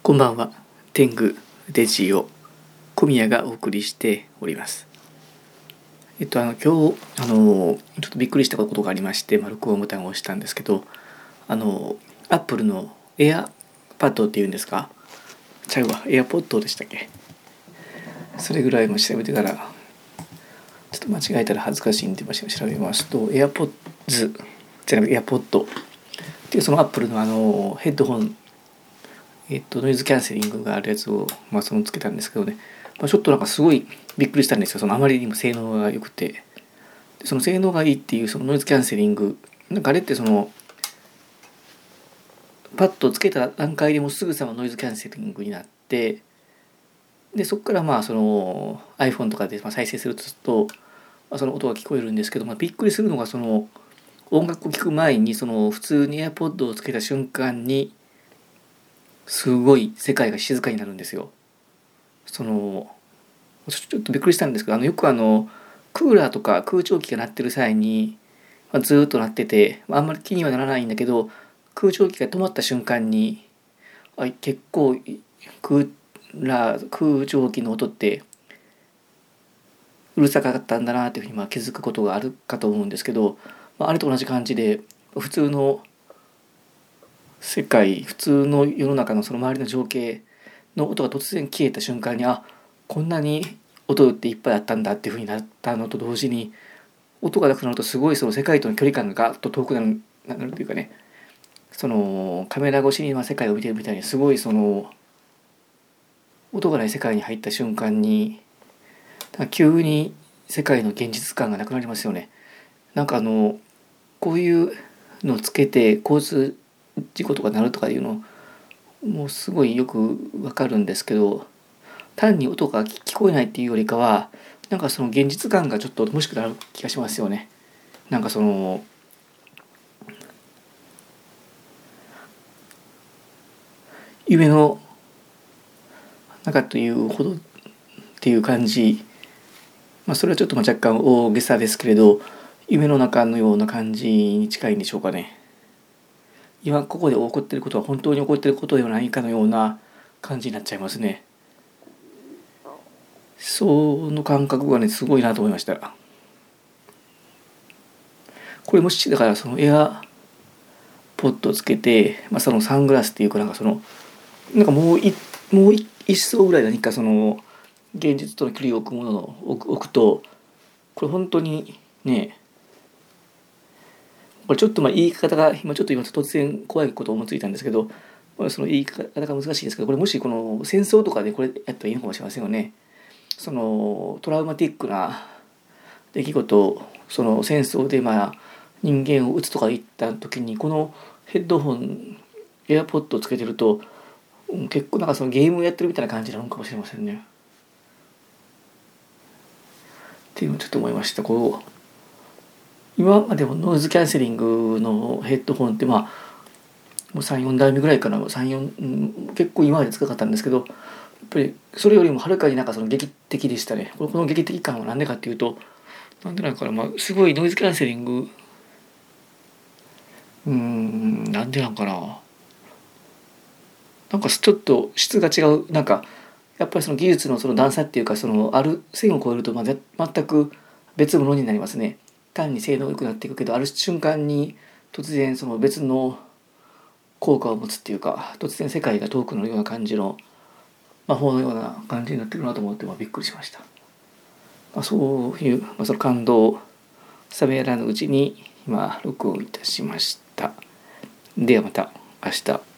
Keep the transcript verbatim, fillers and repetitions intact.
こんばんは。天狗デジを小宮がお送りしております。えっとあの今日あのちょっとびっくりしたことがありまして、まあ、録音ボタンを押したんですけど、あのアップルのエアパッドっていうんですか、ちゃうわ、エアポッドでしたっけ。それぐらいも調べてから、ちょっと間違えたら恥ずかしいんで調べますと、エアポッズじゃなくてエアポッドっていうそのアップルのあのヘッドホン、えっと、ノイズキャンセリングがあるやつを、まあ、そのつけたんですけどね、まあ、ちょっとなんかすごいびっくりしたんですよ。そのあまりにも性能が良くて、その性能がいいっていうそのノイズキャンセリング、なんかあれってそのパッとつけた段階でもすぐさまノイズキャンセリングになって、でそこからまあその iPhone とかで再生すると、まあ、その音が聞こえるんですけど、まあ、びっくりするのがその音楽を聴く前にその普通に AirPod をつけた瞬間にすごい世界が静かになるんですよ。そのちょっとびっくりしたんですけど、あのよくあのクーラーとか空調機が鳴ってる際に、まあ、ずーっと鳴ってて、まあ、あんまり気にはならないんだけど、空調機が止まった瞬間にあ結構クーラー空調機の音ってうるさかったんだなというふうにまあ気づくことがあるかと思うんですけど、まあ、あれと同じ感じで普通の世界普通の世の中のその周りの情景の音が突然消えた瞬間に、あこんなに音っていっぱいあったんだっていうふうになったのと同時に、音がなくなるとすごいその世界との距離感がガッと遠くなるなるというかね、そのカメラ越しに世界を見てるみたいに、すごいその音がない世界に入った瞬間に急に世界の現実感がなくなりますよね。なんかあのこういうのをつけて交通事故とかなるとかいうのもうすごいよくわかるんですけど、単に音が聞こえないっていうよりかは、なんかその現実感がちょっと欲しくなる気がしますよね。なんかその夢の中というほどっていう感じ、まあ、それはちょっとまあ若干大げさですけれど、夢の中のような感じに近いんでしょうかね。今ここで起こっていることは本当に起こっていることではないかのような感じになっちゃいますね。その感覚がねすごいなと思いました。これもしだからそのエアポッドをつけて、まあ、そのサングラスっていうかなんかそのなんかもういもう一層ぐらい何かその現実との距離を置くものを置く置くと、これ本当にね、これちょっとまあ言い方が今ちょっと今突然怖いことを思いついたんですけど、その言い方が難しいですけど、これもしこの戦争とかでこれやったらいいのかもしれませんよね。そのトラウマティックな出来事、その戦争でまあ人間を撃つとか言った時に、このヘッドホンエアポッドをつけてると結構なんかそのゲームをやってるみたいな感じなのかもしれませんね。っていうのをちょっと思いました。こう今までもノイズキャンセリングのヘッドホンってまあもうさん、よんだいめぐらいからさん、よん、うん、結構今まで使かったんですけど、やっぱりそれよりもはるかになんかその劇的でしたね。この劇的感は何でかっていうと、なんでなのかな、まあすごいノイズキャンセリング、うーんなんでなんかな、なんかちょっと質が違う、なんかやっぱりその技術のその段差っていうか、そのある線を越えるとまあ全く別物になりますね。単に性能が良くなっていくけど、ある瞬間に突然その別の効果を持つっていうか、突然世界が遠くのような感じの魔法のような感じになってるなと思って、まあ、びっくりしました。まあ、そういう、まあ、その感動を冷めやらぬうちに今録音いたしました。ではまた明日。